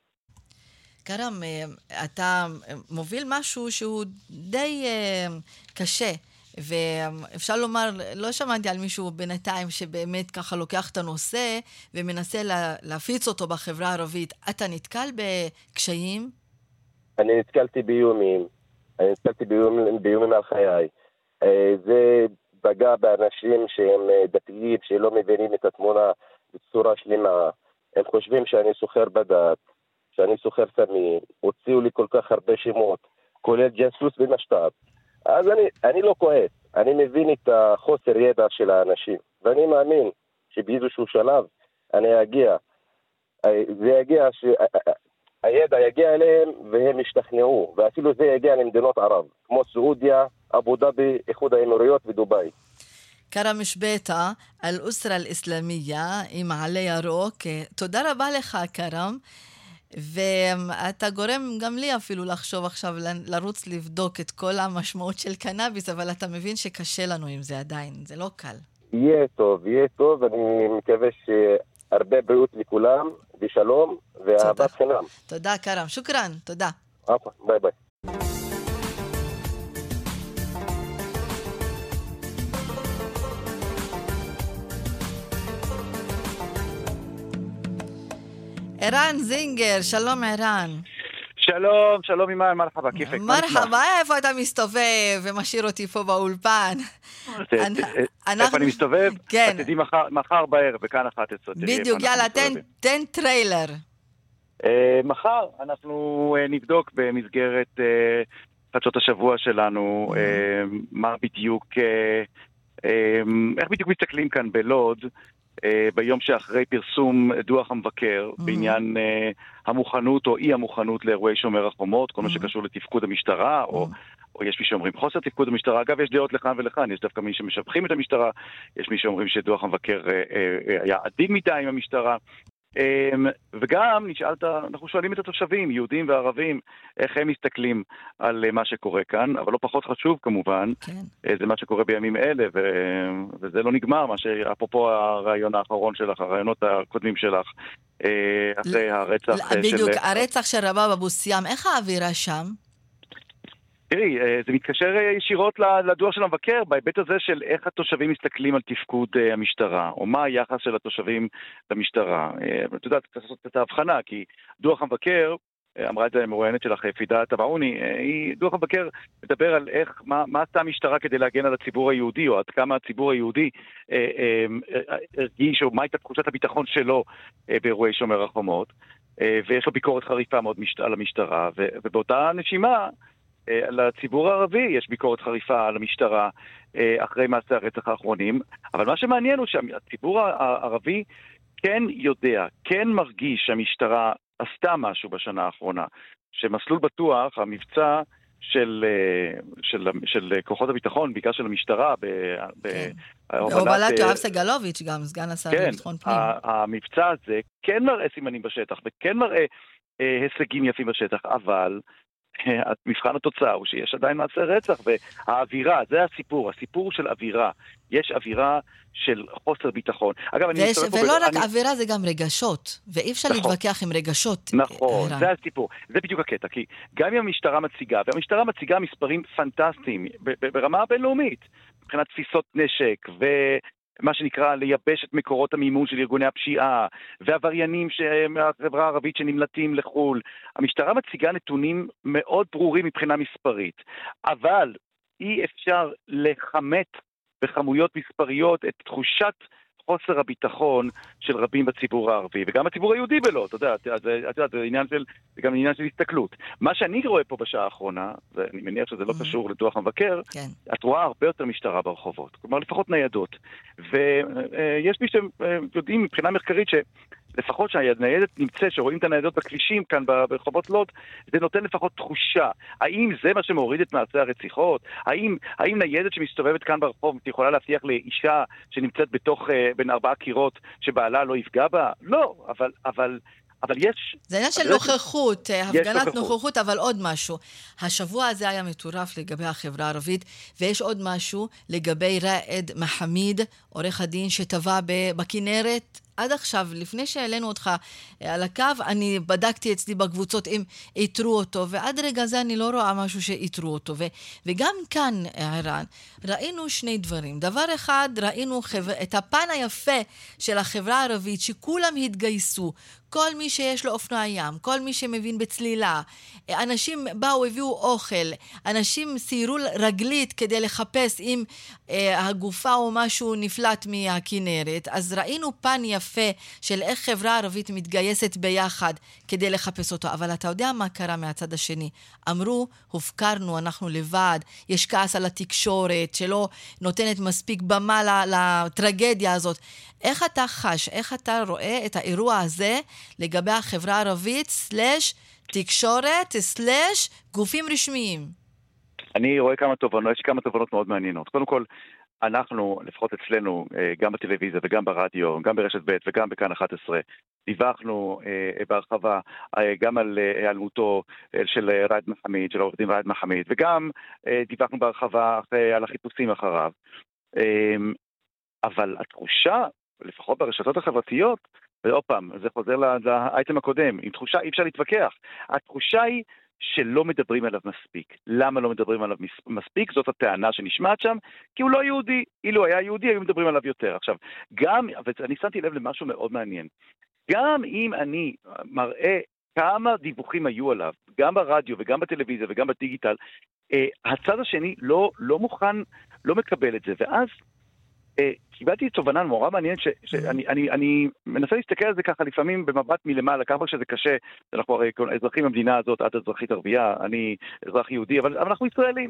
קרם, אתה מוביל משהו שהוא די קשה, ואפשר לומר, לא שמעתי על מישהו בינתיים שבאמת ככה לוקח את הנושא ומנסה להפיץ אותו בחברה הערבית. אתה נתקל בקשיים? אני נתקלתי באיומים. אני נתקלתי באיומים, באיומים על חיי. זה פגע באנשים שהם דתיים, שלא מבינים את התמונה בצורה שלמה. הם חושבים שאני סוחר בדת, שאני סוחר סמים. הוציאו לי כל כך הרבה שמות, כולל ג'נסוס ומשת"ב. אז אני, אני לא כועס. אני מבין את החוסר ידע של האנשים. ואני מאמין שבאיזשהו שלב אני אגיע. זה יגיע ש... הידע יגיע אליהם והם ישתכנעו, ואפילו זה יגיע למדינות ערב, כמו סעודיה, אבו דאבי, איחוד האמירויות ודובאי. קרם שבטה, אל-אוסרה אל-אסלאמיה, עם עלי ירוק. תודה רבה לך, קרם. ואתה גורם גם לי אפילו לחשוב עכשיו, לרוץ לבדוק את כל המשמעות של קנאביס, אבל אתה מבין שקשה לנו עם זה עדיין, זה לא קל. יהיה טוב, יהיה טוב, אני מקווה ש... הרבה בריאות לכולם, בשלום, ואהבת חינם. תודה, קרם. שוקרן, תודה. ביי ביי. ערן זינגר, שלום ערן. שלום, שלום אימן, מרחבה, כיפק. מרחבה, איפה אתה מסתובב ומשאיר אותי פה באולפן? איפה אני מסתובב? כן. תדעי מחר בערב, בכאן אחת עשרה. בדיוק, יאללה, תן טריילר. מחר אנחנו נבדוק במסגרת חדשות השבוע שלנו, מה בדיוק, איך בדיוק מסתכלים כאן בלוד, ביום שאחרי פרסום דוח המבקר בעניין המוכנות או אי המוכנות לאירועי שומר החומות, כל מה שקשור לתפקוד המשטרה, או, או יש מי שאומרים חוסר תפקוד המשטרה. אגב, יש דעות לכאן ולכאן, יש דווקא מי שמשבחים את המשטרה, יש מי שאומרים שדוח המבקר היה עדין מדי עם המשטרה. וגם נשאלת, אנחנו שואלים את התושבים, יהודים וערבים, איך הם מסתכלים על מה שקורה כאן, אבל לא פחות חשוב כמובן, כן. זה מה שקורה בימים אלה, וזה לא נגמר, מה שאפרופו הרעיון האחרון שלך, הרעיונות הקודמים שלך, אחרי הרצח של... בדיוק, הרצח של רבאב אבו סיאם, איך האווירה שם? תראי, זה מתקשר ישירות לדוח של המבקר, בהיבט הזה של איך התושבים מסתכלים על תפקוד המשטרה, או מה היחס של התושבים למשטרה. אתה יודע, צריך לעשות את ההבחנה, כי דוח המבקר, אמרה את זה מרואיינת שלך, פידה טבעוני, דוח המבקר מדבר על איך, מה, מה עשתה המשטרה כדי להגן על הציבור היהודי, או עד כמה הציבור היהודי הרגיש, או מה הייתה תחושת הביטחון שלו באירועי שומר החומות, ויש לו ביקורת חריפה מאוד על המשטרה, ובאותה נשימה, לציבור הערבי יש ביקורת חריפה על המשטרה אחרי מעשי הרצח האחרונים, אבל מה שמעניין הוא שהציבור הערבי כן יודע, כן מרגיש שהמשטרה עשתה משהו בשנה האחרונה, שמסלול בטוח, המבצע של, של, של כוחות הביטחון, בעיקר של המשטרה, בהובלת יואב סגלוביץ', גם סגן השר לביטחון פנים. המבצע הזה כן מראה סימנים בשטח, וכן מראה הישגים יפים בשטח, אבל מבחן התוצאה הוא שיש עדיין מעשי רצח, והאווירה, זה הסיפור, הסיפור של אווירה. יש אווירה של חוסר ביטחון. אגב, אני ויש, ולא רק אני... אווירה, זה גם רגשות, ואי אפשר נכון. להתווכח עם רגשות. נכון, הרע. זה הסיפור. זה בדיוק הקטע, כי גם אם המשטרה מציגה, והמשטרה מציגה מספרים פנטסטיים, ברמה הבינלאומית, מבחינת תפיסות נשק, ו... מה שנקרא לייבש את מקורות המימון של ארגוני הפשיעה, ועבריינים מהחברה הערבית שנמלטים לחול. המשטרה מציגה נתונים מאוד ברורים מבחינה מספרית, אבל אי אפשר לחמת בכמויות מספריות את תחושת חוסר הביטחון של רבים בציבור הערבי, וגם הציבור היהודי בלא, אתה יודע, זה, זה, עניין של, זה גם עניין של הסתכלות. מה שאני רואה פה בשעה האחרונה, ואני מניח שזה לא קשור לדוח המבקר, כן. את רואה הרבה יותר משטרה ברחובות, כלומר לפחות ניידות, ויש מי שיודעים מבחינה מחקרית ש... לפחות שהניידת נמצא, שרואים את הניידות בכבישים כאן ברחובות לוד, זה נותן לפחות תחושה. האם זה מה שמוריד את מעשי הרציחות? האם, האם ניידת שמסתובבת כאן ברחוב יכולה להבטיח לאישה שנמצאת בתוך, בין ארבעה קירות, שבעלה לא יפגע בה? לא, אבל, אבל, אבל יש... זה עניין של נוכחות, הפגנת נוכחות, אבל עוד משהו. השבוע הזה היה מטורף לגבי החברה הערבית, ויש עוד משהו לגבי ראד מחמיד, עורך הדין שטבע בכנרת, עד עכשיו, לפני שהעלינו אותך על הקו, אני בדקתי אצלי בקבוצות אם איתרו אותו, ועד רגע זה אני לא רואה משהו שאיתרו אותו. ו- וגם כאן, ערן, ראינו שני דברים. דבר אחד, ראינו חבר... את הפן היפה של החברה הערבית, שכולם התגייסו. כל מי שיש לו אופנוע ים, כל מי שמבין בצלילה, אנשים באו, הביאו אוכל, אנשים סיירו רגלית כדי לחפש אם אה, הגופה או משהו נפלט מהכנרת. אז ראינו פן יפה של איך חברה ערבית מתגייסת ביחד כדי לחפש אותו. אבל אתה יודע מה קרה מהצד השני? אמרו, הופקרנו, אנחנו לבד, יש כעס על התקשורת שלא נותנת מספיק במה לטרגדיה הזאת. איך אתה חש, איך אתה רואה את האירוע הזה לגבי החברה הערבית, סלש תקשורת, סלש גופים רשמיים? אני רואה כמה תובנות, יש כמה תובנות מאוד מעניינות. קודם כל, אנחנו, לפחות אצלנו, גם בטלוויזיה וגם ברדיו, גם ברשת ב' וגם בכאן אחת עשרה, דיווחנו בהרחבה גם על היעלמותו של ראד מחמיד, של העורך דין ראד מחמיד, וגם דיווחנו בהרחבה על החיפושים אחריו. אבל התחושה, לפחות ברשתות החברתיות, ועוד פעם, זה חוזר לאייטם הקודם, עם תחושה אי אפשר להתווכח. התחושה היא שלא מדברים עליו מספיק. למה לא מדברים עליו מספיק? זאת הטענה שנשמעת שם, כי הוא לא יהודי. אילו היה יהודי, היו מדברים עליו יותר. עכשיו, גם, ואני שמתי לב למשהו מאוד מעניין, גם אם אני מראה כמה דיווחים היו עליו, גם ברדיו וגם בטלוויזיה וגם בדיגיטל, הצד השני לא, לא מוכן, לא מקבל את זה. ואז, קיבלתי תובנה נורא מעניינת שאני אני, אני מנסה להסתכל על זה ככה לפעמים במבט מלמעלה, ככה שזה קשה, אנחנו הרי אזרחים במדינה הזאת, את אזרחית ערבייה, אני אזרח יהודי, אבל, אבל אנחנו ישראלים.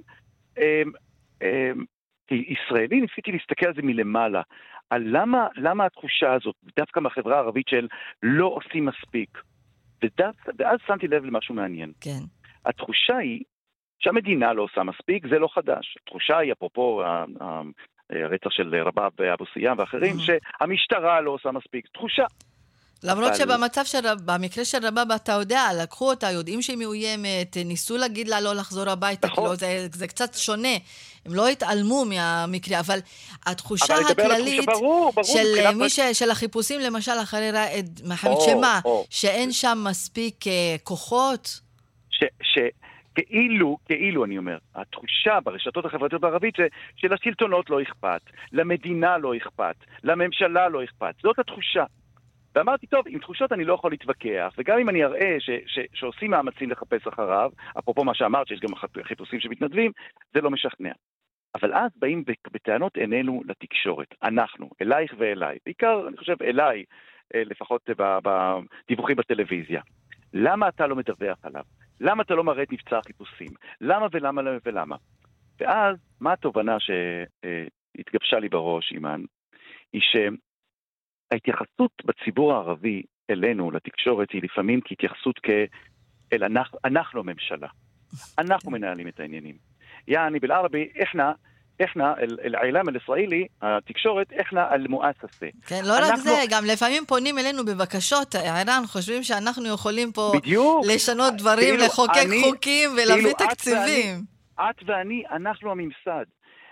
כישראלי ניסיתי להסתכל על זה מלמעלה, על למה, למה התחושה הזאת, דווקא מהחברה הערבית של לא עושים מספיק, ודווקא, ואז שמתי לב למשהו מעניין. כן. התחושה היא שהמדינה לא עושה מספיק, זה לא חדש. התחושה היא, אפרופו הרצח של רבאב אבו סיאם ואחרים, שהמשטרה לא עושה מספיק. תחושה. למרות אבל... שבמצב של, במקרה של רבבה, אתה יודע, לקחו אותה, יודעים שהיא מאוימת, ניסו להגיד לה לא לחזור הביתה, נכון. כאילו זה, זה קצת שונה. הם לא התעלמו מהמקרה, אבל התחושה אבל הכללית ברור, ברור, של מי ש... של החיפושים, למשל, אחרי ראד מחמד, שמה, או. שאין שם מספיק uh, כוחות? ש... ש... כאילו, כאילו אני אומר, התחושה ברשתות החברתיות בערבית זה שלשלטונות לא אכפת, למדינה לא אכפת, לממשלה לא אכפת. זאת התחושה. ואמרתי, טוב, עם תחושות אני לא יכול להתווכח, וגם אם אני אראה ש, ש, שעושים מאמצים לחפש אחריו, אפרופו מה שאמרת, שיש גם חיפושים שמתנדבים, זה לא משכנע. אבל אז באים בטענות עינינו לתקשורת, אנחנו, אלייך ואליי, בעיקר אני חושב אליי, לפחות בדיווחים בטלוויזיה. למה אתה לא מדווח עליו? למה אתה לא מראה את מבצע החיפושים? למה ולמה ולמה? ואז, מה התובנה שהתגבשה לי בראש, אימן, היא שההתייחסות בציבור הערבי אלינו, לתקשורת, היא לפעמים כהתייחסות כאל אנחנו, אנחנו הממשלה. אנחנו מנהלים את העניינים. יעני, בלערבי, איחנה, איחנה, אל-עילם אל-ישראלי, התקשורת, איחנה אל-מואססה. כן, לא רק זה, גם לפעמים פונים אלינו בבקשות, ערן, חושבים שאנחנו יכולים פה לשנות דברים, לחוקק חוקים ולהביא תקציבים. את ואני, אנחנו הממסד.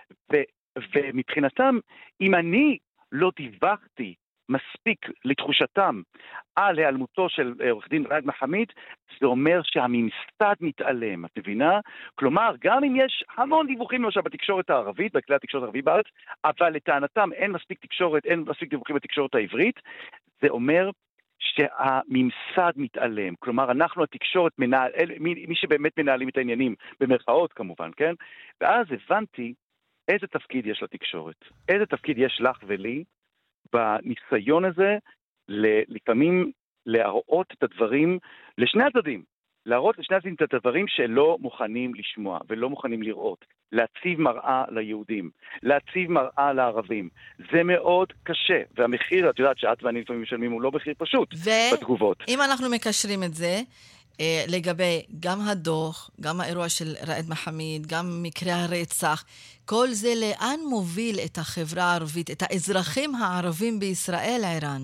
ומבחינתם, אם אני לא דיווחתי מספיק לתחושתם על היעלמותו של עורך דין ראד מחמיד, זה אומר שהממסד מתעלם, את מבינה? כלומר, גם אם יש המון דיווחים למשל בתקשורת הערבית, בכלי התקשורת הערבית בארץ, אבל לטענתם אין מספיק תקשורת, אין מספיק דיווחים בתקשורת העברית, זה אומר שהממסד מתעלם. כלומר, אנחנו התקשורת, מנהל, מי, מי שבאמת מנהלים את העניינים, במרכאות כמובן, כן? ואז הבנתי איזה תפקיד יש לתקשורת, איזה תפקיד יש לך ולי, בניסיון הזה, לפעמים להראות את הדברים לשני הצדדים, להראות לשני הצדדים את הדברים שלא מוכנים לשמוע ולא מוכנים לראות, להציב מראה ליהודים, להציב מראה לערבים. זה מאוד קשה, והמחיר, את יודעת שאת ואני לפעמים משלמים, הוא לא מחיר פשוט בתגובות. ואם אנחנו מקשרים את זה, לגבי גם הדוח, גם האירוע של ראד מחמיד, גם מקרה הרצח, כל זה לאן מוביל את החברה הערבית, את האזרחים הערבים בישראל, ערן?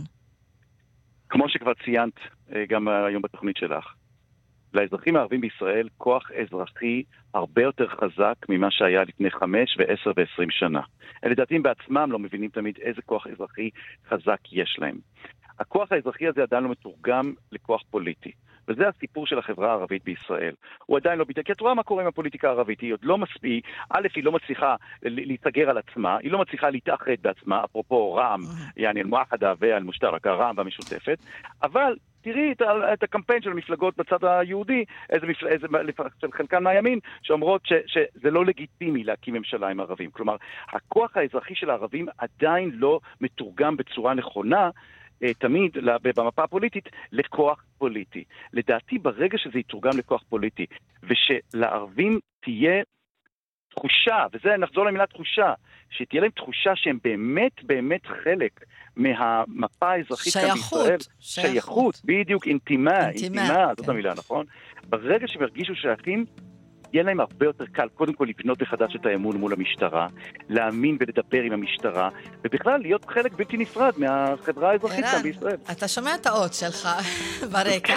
כמו שכבר ציינת גם היום בתוכנית שלך, לאזרחים הערבים בישראל כוח אזרחי הרבה יותר חזק ממה שהיה לפני חמש ועשר ועשרים שנה. לדעתי בעצמם לא מבינים תמיד איזה כוח אזרחי חזק יש להם. הכוח האזרחי הזה עדיין לא מתורגם לכוח פוליטי. וזה הסיפור של החברה הערבית בישראל. הוא עדיין לא ביטא, כי את רואה מה קורה עם הפוליטיקה הערבית, היא עוד לא מספיק, א', היא לא מצליחה להתסגר על עצמה, היא לא מצליחה להתאחד בעצמה, אפרופו רע"מ, יעני אל-מואחדה והאל-מושתרק, הרע"מ והמשותפת, אבל תראי את, את הקמפיין של המפלגות בצד היהודי, איזה, מפל... איזה של חלקן מהימין, שאומרות ש... שזה לא לגיטימי להקים ממשלה עם ערבים. כלומר, הכוח האזרחי של הערבים עדיין לא מתורגם בצורה נכונה, תמיד במפה הפוליטית לכוח פוליטי. לדעתי ברגע שזה יתורגם לכוח פוליטי ושלערבים תהיה תחושה, וזה נחזור למילה תחושה, שתהיה להם תחושה שהם באמת באמת חלק מהמפה האזרחית כאן בישראל. שייכות. שייכות, בדיוק, אינטימה, אינטימה, זאת המילה, נכון? ברגע שהם ירגישו שייכים, יהיה להם הרבה יותר קל, קודם כל לבנות מחדש את האמון מול המשטרה, להאמין ולדבר עם המשטרה, ובכלל להיות חלק בלתי נפרד מהחברה האזרחית כאן בישראל. אתה שומע את האות שלך ברקע.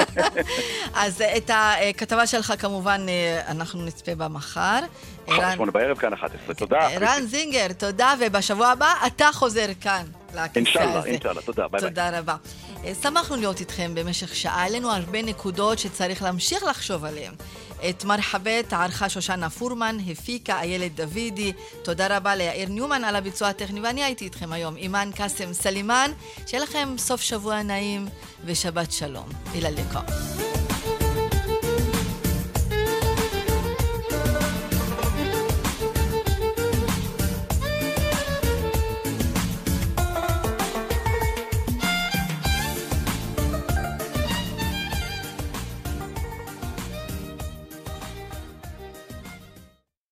אז את הכתבה שלך כמובן אנחנו נצפה בה מחר. שמונה בערב כאן אחת עשרה, תודה. ערן זינגר, תודה, ובשבוע הבא אתה חוזר כאן לכיסא הזה. אינשאללה, תודה, ביי ביי. תודה רבה. שמחנו להיות איתכם במשך שעה, עלינו הרבה נקודות שצריך להמשיך לחשוב עליהן. את מרחבת ערכה שושנה פורמן, הפיקה איילת דוידי, תודה רבה ליאיר ניומן על הביצוע הטכני, ואני הייתי איתכם היום, אימן קסם סלימן, שיהיה לכם סוף שבוע נעים ושבת שלום. אילא לקה.